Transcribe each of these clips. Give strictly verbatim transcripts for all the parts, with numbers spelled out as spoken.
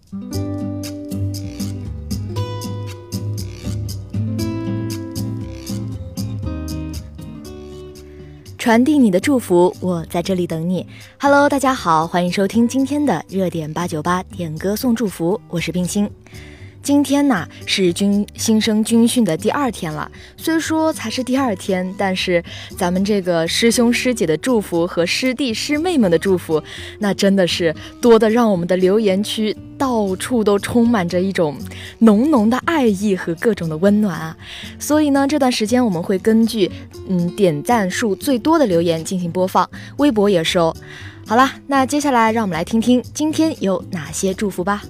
传递你的祝福，我在这里等你。Hello， 大家好，欢迎收听今天的热点八九八点歌送祝福，我是冰心。今天呢是军新生军训的第二天了，虽说才是第二天，但是咱们这个师兄师姐的祝福和师弟师妹们的祝福，那真的是多的让我们的留言区到处都充满着一种浓浓的爱意和各种的温暖啊。所以呢，这段时间我们会根据嗯点赞数最多的留言进行播放，微博也是哦。好啦，那接下来让我们来听听今天有哪些祝福吧。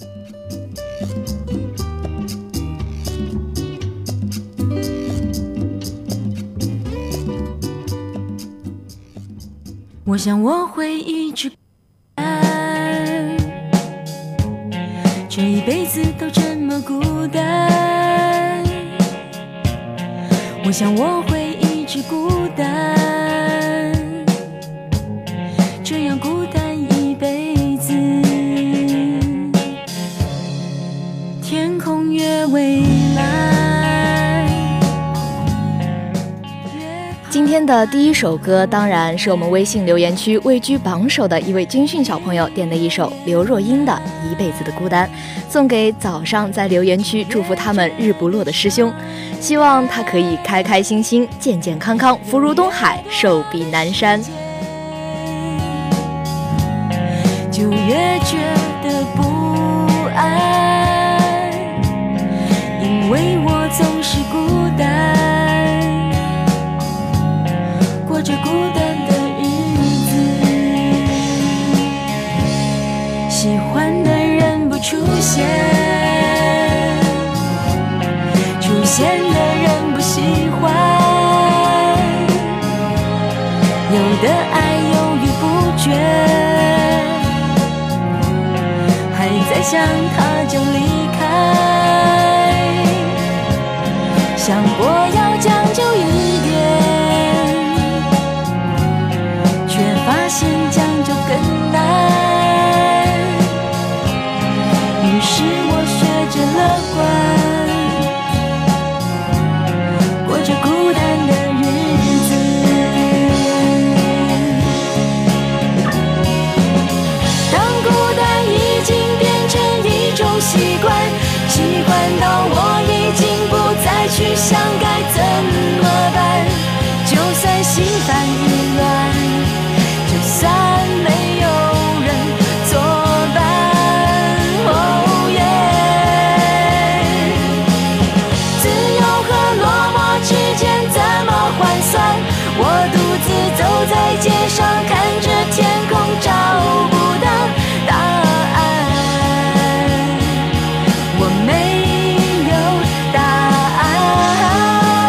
我想我会一直爱，这一辈子都这么孤单。我想我会一直孤单，这样孤单一辈子。天空越蔚蓝。 今天的第一首歌当然是我们微信留言区位居榜首的一位军训小朋友点的一首刘若英的《一辈子的孤单》，送给早上在留言区祝福他们日不落的师兄，希望他可以开开心心健健康康福如东海寿比南山。 就越觉得不安，因为我总是孤单，过着孤单的日子，喜欢的人不出现，出现的人不喜欢，有的爱犹豫不决，还在想他就离开，想过要将就一点，发现将就更难，于是我学着乐观，过着孤单的日子。当孤单已经变成一种习惯，习惯到我已经不再去想该怎么办，就算心烦意乱，就算没有人作伴，哦耶！自由和落寞之间怎么换算？我独自走在街上，看着天空，找不到答案。我没有答案。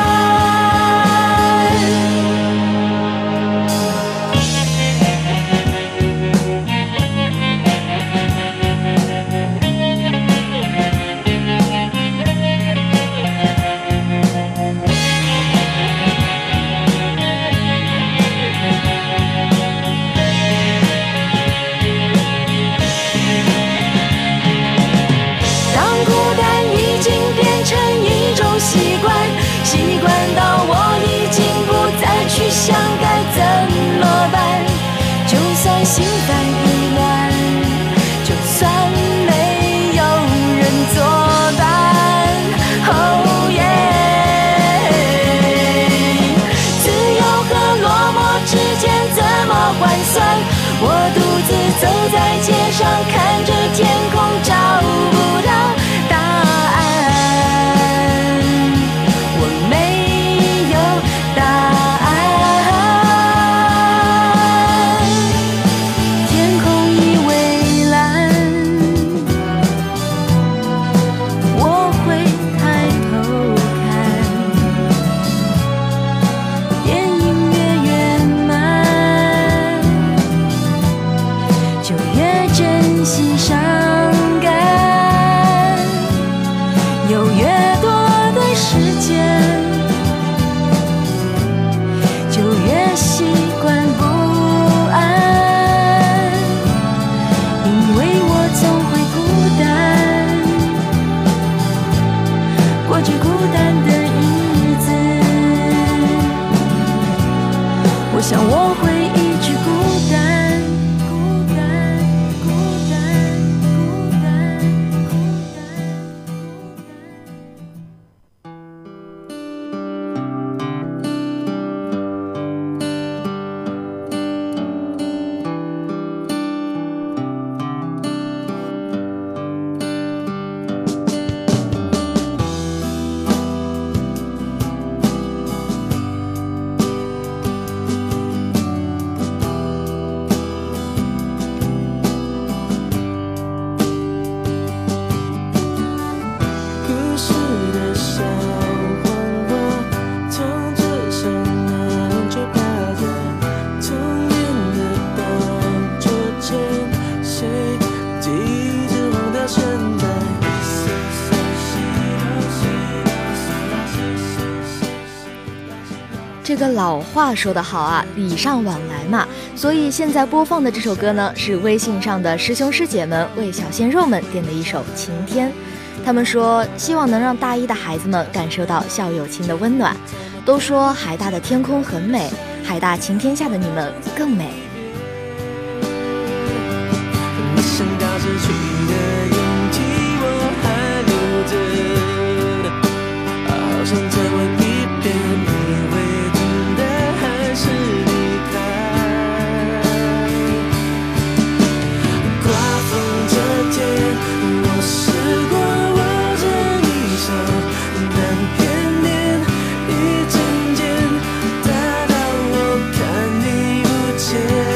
习惯到我已经不再去想该怎么办，就算心烦意乱，就算没有人作伴，哦耶！自由和落寞之间怎么换算？我独自走在街上，看着天空，找不到答案。天这个老话说得好啊，礼尚往来嘛。所以现在播放的这首歌呢，是微信上的师兄师姐们为小鲜肉们点的一首《晴天》。他们说，希望能让大一的孩子们感受到校友情的温暖。都说海大的天空很美，海大晴天下的你们更美。 你想到失去的勇气我还留着，好想再问一遍，你会真的还是离开？刮风这天，我试过握着你手，但偏偏一渐渐大到我看你不见。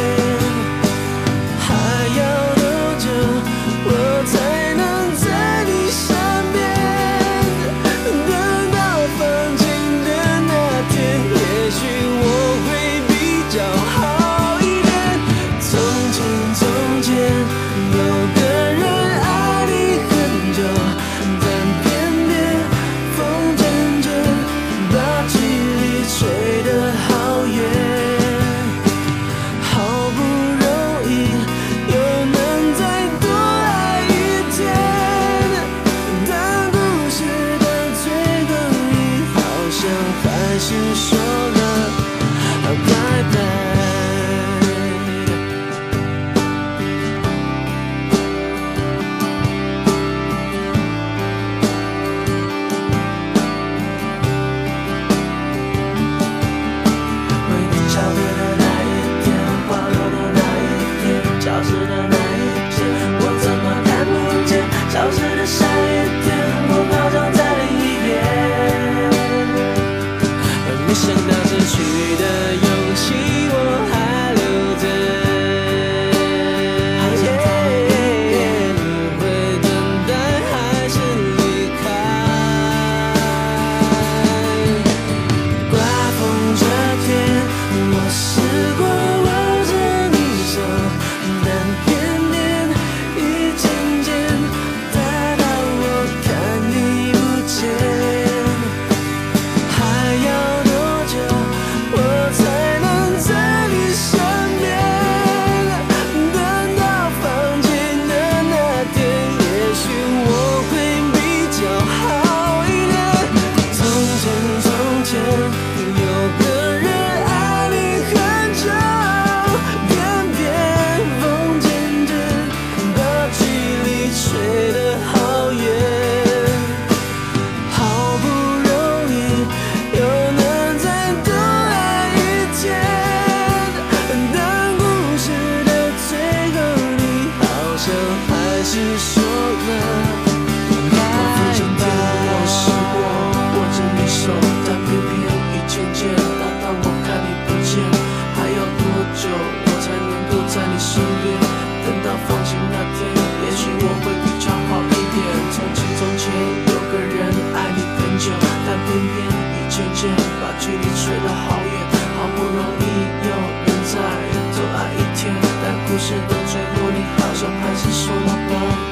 还要多久我才能在你身边？等到放晴的那天，也许我会比较好一点。从前从前有个人爱你很久，但偏偏风阵阵把距离吹得好远。好不容易又能再多爱一天，但故事的最后你好像还是说了拜拜。为你敲门的那一天，花落的那一天，消失的那一天，我怎么看不见？消失的下一天，我好像在另一边。没想到失去的勇气我还留着，你会等待还是离开？刮风这天，我试过握着你手，但偏偏一渐渐大到我看你不见。还要多久我才能在你身边？等到放晴的那天，也许我会比较好一点。从前从前有个人爱你很久，偏偏风渐渐把距离吹得好远。好不容易又能再多爱一天，但故事的最后你好像还是说了拜拜。我试过握着你手，但偏偏一渐渐大到我看你不见。还要多久我才能够在你身边？等到放晴那天，也许我会比较好一点。从前从前有个人爱你很久，但偏偏一渐渐把距离吹得好远。好不容易又能再多爱一天，但故事的最后你好像还是说了拜。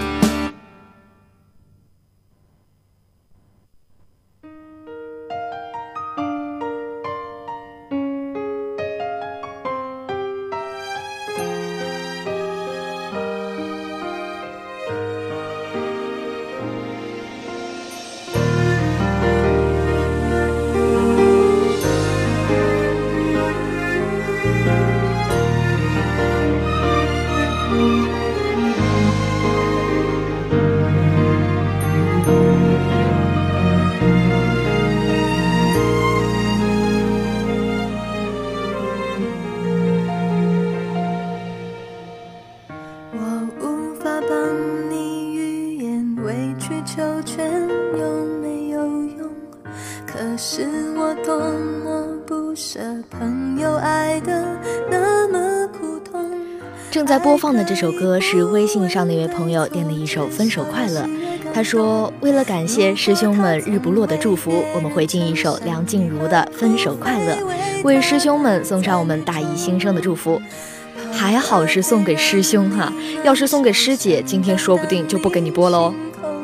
我无法帮你预言，委曲求全有没有用？可是我多么不舍朋友爱的那么苦痛。 正在播放的这首歌是微信上那位朋友点的一首《分手快乐》。他说，为了感谢师兄们日不落的祝福，我们会尽一首梁静茹的《分手快乐》，为师兄们送上我们大一新生的祝福。 还好是送给师兄哈，要是送给师姐，今天说不定就不给你播了哦。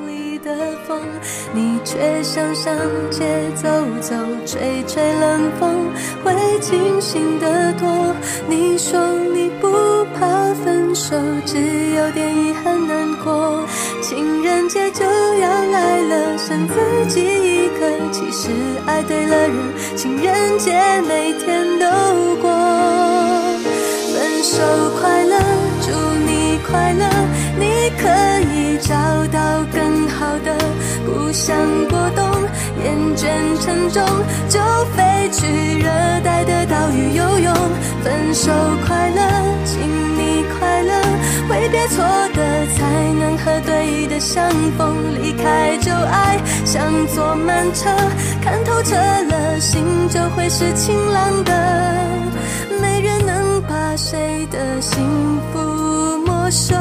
你却想向街走走，吹吹冷风，会清醒得多。你说你不怕分手，只有点遗憾难过。情人节就要来了，剩自己一个。其实爱对了人，情人节每天都过。分手快乐，祝你快乐，你可以找到更好的。不想过冬，厌倦沉重，就飞去热带的岛屿游泳。分手快乐，请你快乐，挥别错的才能和对的相逢。离开旧爱像坐慢车，看透彻了，心就会是晴朗的。没人能把谁的幸福没收，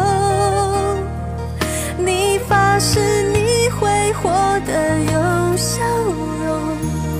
你发誓你会活得有笑容。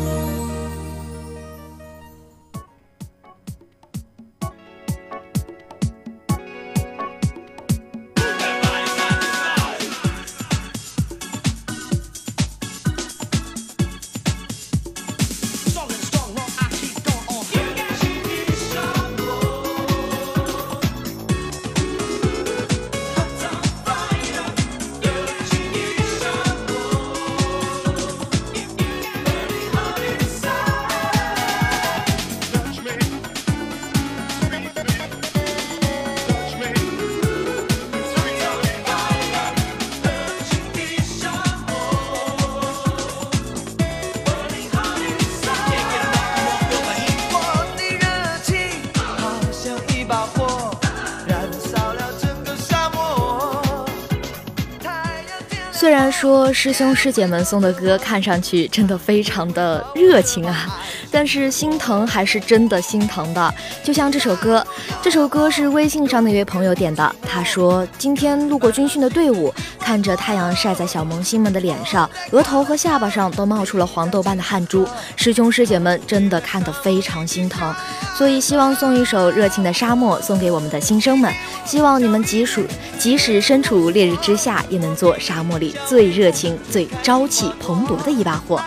虽然说师兄师姐们送的歌看上去真的非常的热情啊，但是心疼还是真的心疼的。就像这首歌，这首歌是微信上的一位朋友点的，他说今天路过军训的队伍，看着太阳晒在小萌新们的脸上，额头和下巴上都冒出了黄豆般的汗珠，师兄师姐们真的看得非常心疼，所以希望送一首热情的沙漠送给我们的新生们，希望你们即使即使身处烈日之下，也能做沙漠里最热情最朝气蓬勃的一把火。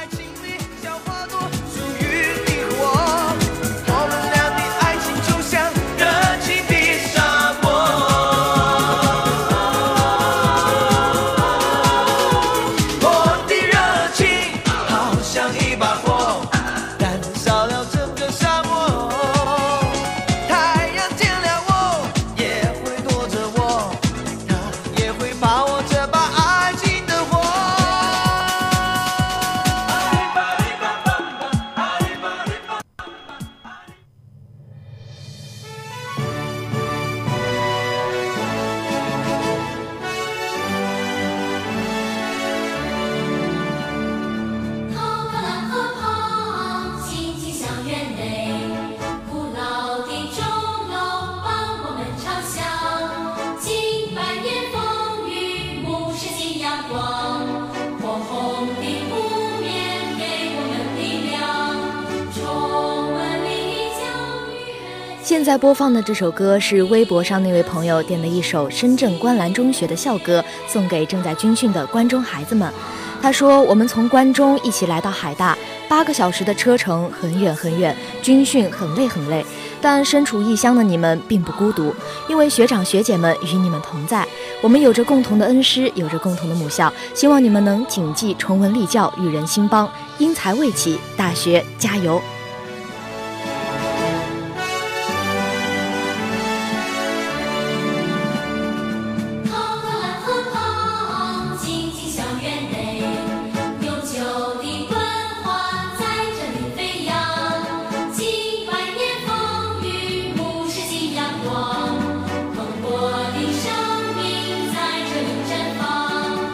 现在播放的这首歌是微博上那位朋友点的一首深圳观澜中学的校歌，送给正在军训的关中孩子们。他说，我们从关中一起来到海大，八个小时的车程，很远很远，军训很累很累，但身处异乡的你们并不孤独，因为学长学姐们与你们同在，我们有着共同的恩师，有着共同的母校，希望你们能谨记崇文立教，育人兴邦，因材未起，大学加油。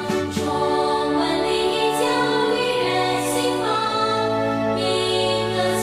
中文里教育人兴邦，民歌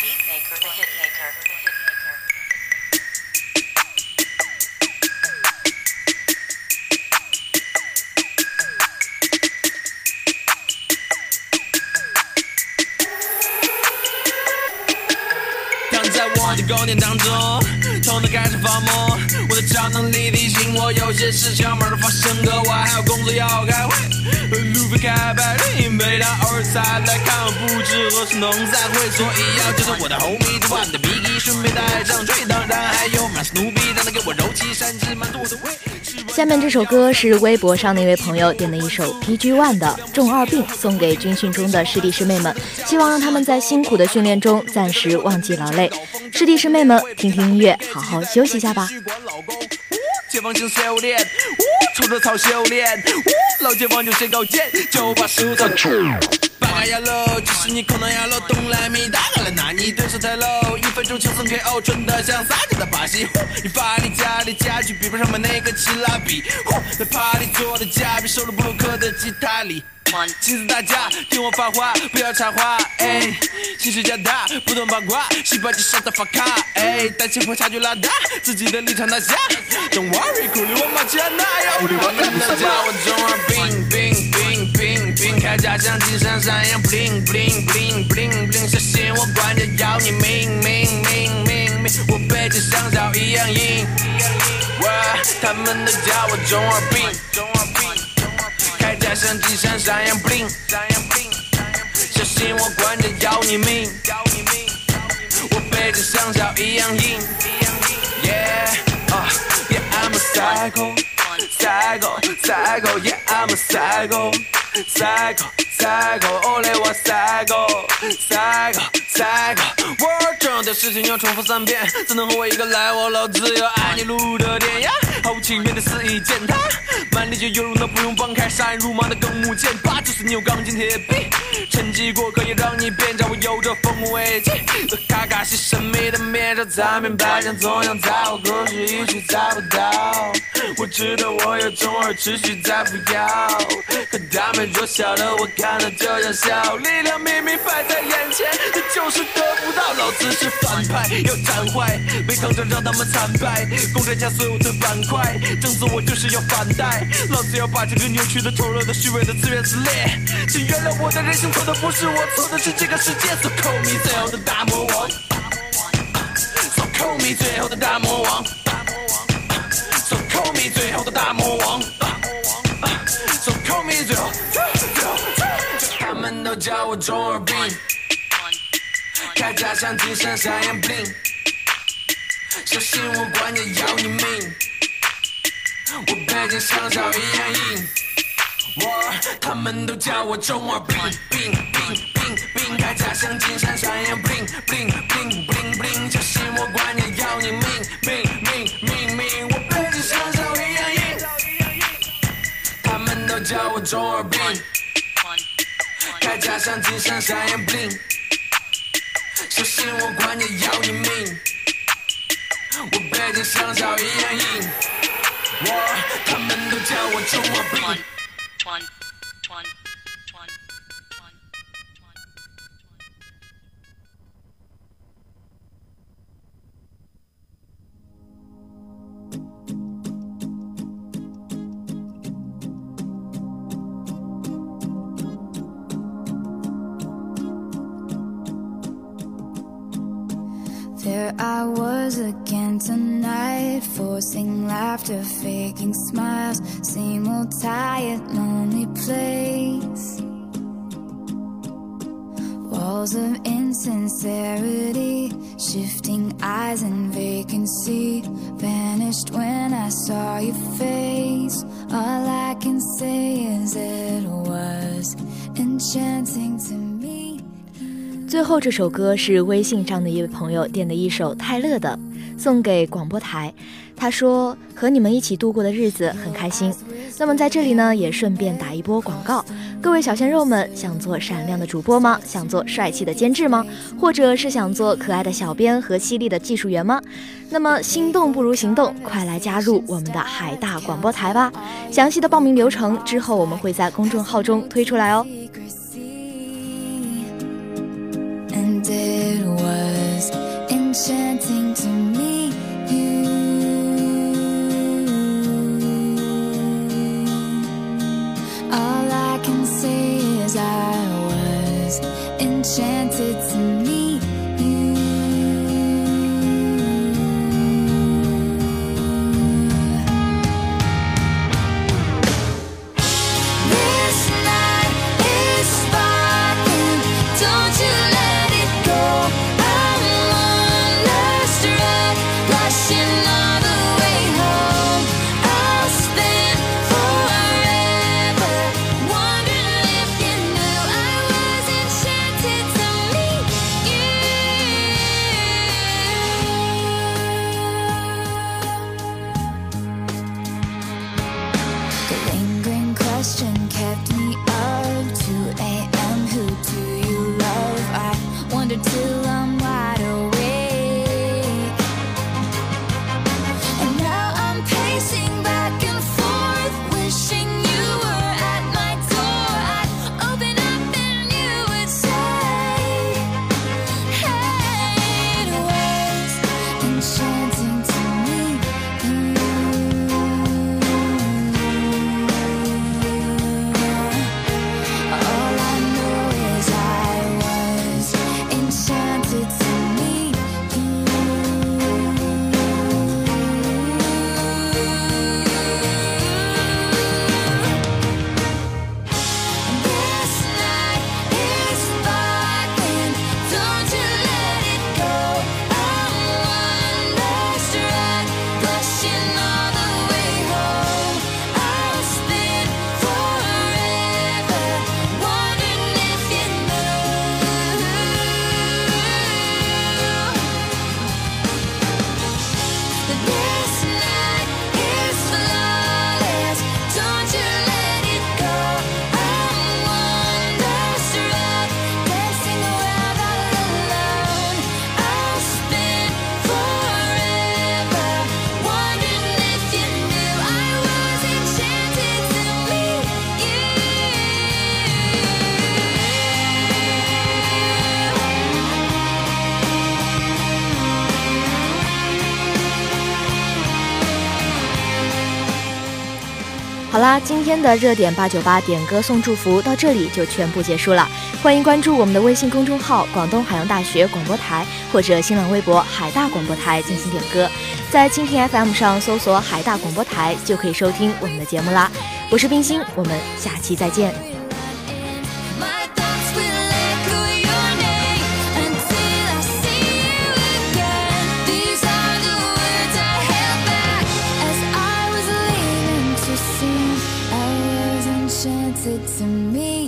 Beatmaker, the hitmaker. 我的狗年当中，头脑开始发梦，我的超能力提醒我有些事情慢慢发生的，我还有工作要开会，路飞开百里，每当偶尔才来看我不知何时能再会，所以要接受我的 homie 对我的鼻翼，顺便带上吹，当然还有马斯努比，让他给我柔气善致满足我的胃。 下面这首歌是微博上的一位朋友点的一首 P G One 的《重二病》，送给军训中的师弟师妹们，希望让他们在辛苦的训练中暂时忘记劳累。师弟师妹们，听听音乐，好好休息一下吧。 解放性修炼，抽着草修炼，老解放就先高见，就把树草八嘎呀喽，只是你口囊呀喽，东来米大嘎了，那你对手太 low， 一分钟轻松 K O， 纯的像撒娇的把戏，你发力家里家具比不上我那个奇拉比，在 party 做的嘉宾，收了布鲁克的吉他里。亲自大家听我发话，不要插话，哎，心事加大，不懂八卦，洗白就上大发卡，哎，担心会差距拉大，自己的立场拿下 ，Don't worry， 苦力我马加那呀，苦力我马加叫我中二病病病病病，铠甲像金闪闪一样 bling bling bling bling bling， 小心我管着要你命命命命命，我背着像小一样硬，哇，他们都叫我中二病中二病。铠甲像金闪闪样 bling， 小心我管着要你命，我背着香蕉一样硬 ，Yeah， 啊、uh, ，Yeah I'm a psycho， psycho psycho Yeah I'm a psycho， psycho psycho， 哦嘞我 psycho psycho psycho， 我重要的事情要重复三遍，只能和我一个来，我老子要爱你路的典雅，毫无情面的肆意践踏。满地就有容的不用帮开，杀人如麻的更木剑拔，就是你有钢筋铁壁，趁机过可以让你变假，我有着丰富危机，卡卡西神秘的面罩在面白像总想在我可是一直猜不到，我知道我有中二持续在不要，可他们弱小的我看了就想笑，力量明明摆在眼前，这就是得不到，老子是反派要斩坏，没抗战让他们惨败，攻占下所有的板块，正自我就是要反带，老子要把这个扭曲的、丑陋的、虚伪的自怨自猎。请原谅我的人性，错的不是我，错的是这个世界。So call me 最后的大魔王 ，So call me 最后的大魔王 ，So call me 最后的大魔王 ，So call me 最后，他们都叫我中二病，铠甲像金闪闪样 bling， 小心我管着要你命。我背着香蕉一样硬，我他们都叫我中二病病病病病，铠甲像金闪闪一样 bling bling bling bling bling， 小心我管着要你命命命命命，我背着香蕉一样硬，他们都叫我中二病，铠甲像金闪闪一样 bling， 小心我管着要你命，我背着香蕉一样硬。我他们都叫我中二病。 There I was again tonight, forcing laughter, faking smiles, same old tired, lonely place. Walls of insincerity, shifting eyes and vacancy, vanished when I saw your face. All I can say is it was enchanting to me. 最后这首歌是微信上的一位朋友点的一首泰勒的，送给广播台。他说和你们一起度过的日子很开心。那么在这里呢，也顺便打一波广告。各位小鲜肉们，想做闪亮的主播吗？想做帅气的监制吗？或者是想做可爱的小编和犀利的技术员吗？那么心动不如行动，快来加入我们的海大广播台吧。详细的报名流程之后我们会在公众号中推出来哦。 And it was enchanted to meet you. This night is sparkling, don't you let it go. I'm on last ride, blushing all the way home. I'll spend forever wondering if you knew I was enchanted to meet you. The lingering question kept me up. two a.m. Who do you love? I wonder till I'm wide awake. And now I'm pacing back and forth, wishing you were at my door. I'd open up and you would say, hey, it was enchanting to meet you. All I know is I was enchanted to meet you. This night is sparkling, don't you let it go. I'm one last ride, blushing all the way home. I'll spend forever wondering if you knew that this night is flawless. Don't you let it go. I'm one last ride, dancing around all alone. I'll spend forever wondering if you knew I was enchanted to meet you. 好啦，今天的热点八九八点歌送祝福到这里就全部结束了。欢迎关注我们的微信公众号广东海洋大学广播台，或者新浪微博海大广播台进行点歌。在蜻蜓 F M 上搜索海大广播台就可以收听我们的节目啦。我是冰心，我们下期再见。 My thoughts will echo your name until I see you again. These are the words I held back as I was leaving to sing. I was enchanted to meet